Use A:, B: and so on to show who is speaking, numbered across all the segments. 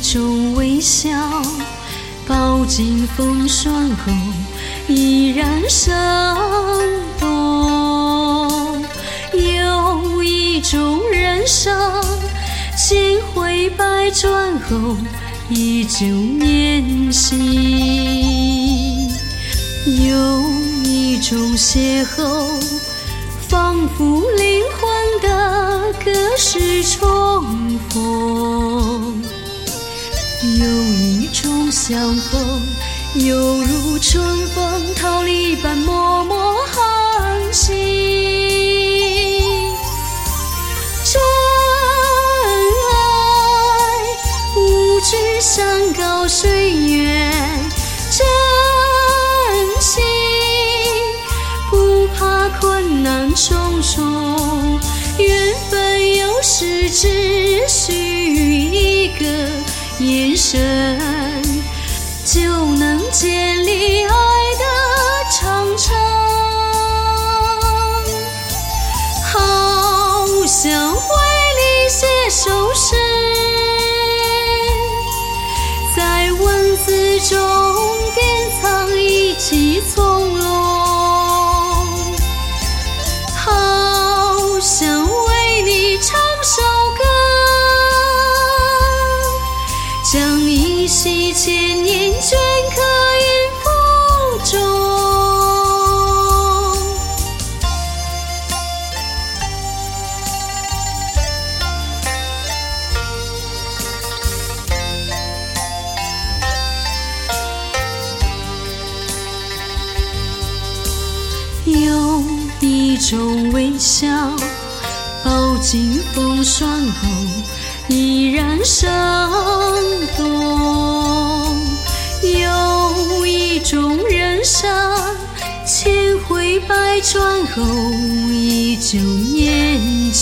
A: 种微笑，饱经风霜后依然生动。有一种人生，千回百转后依旧年轻。有一种邂逅，仿佛灵魂的隔世重逢。有一种相逢，犹如春风桃李般脉脉含情。真爱无惧山高水远，真情不怕困难重重。缘分有时只需一个眼神，就能建立爱的长城。好想为你写首诗，在文字中典藏一季从容。好想为你唱首歌，将一夕千年镌刻音符中。有一种微笑，饱经风霜后依然生动。有一种人生，千回百转后依旧年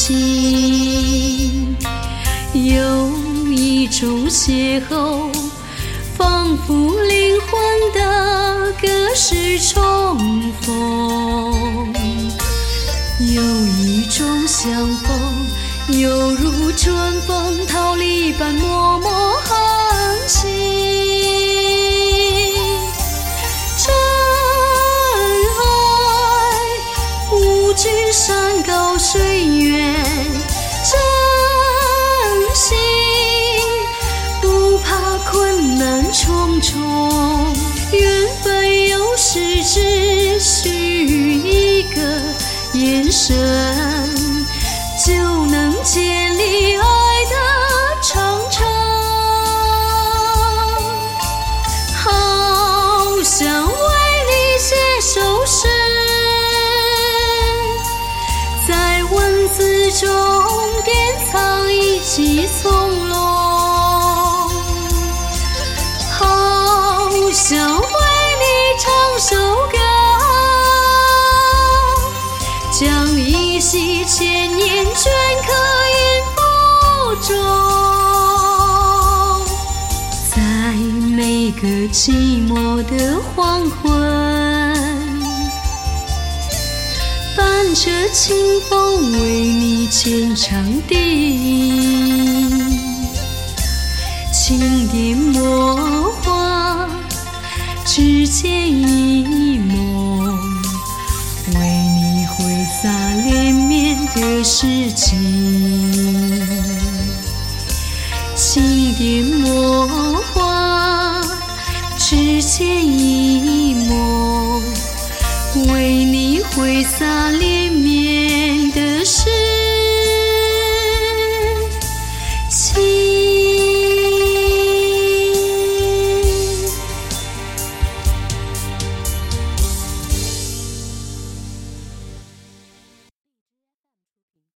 A: 轻。有一种邂逅，仿佛灵魂的隔世重逢。有一种相逢，犹如春风桃李般脉脉含情。真爱无惧山高水远，真心不怕困难重重。缘分有时只需一个眼神，就能建立爱的长城。好想为你写首诗，在文字中典藏一季从容。好想为你唱首歌，将一夕千年镌刻音符中。在每个寂寞的黄昏，伴着清风为你牵长笛。轻点墨画，指尖一梦，为你挥洒连绵的诗情。轻点墨画，指尖一梦，为你挥洒连绵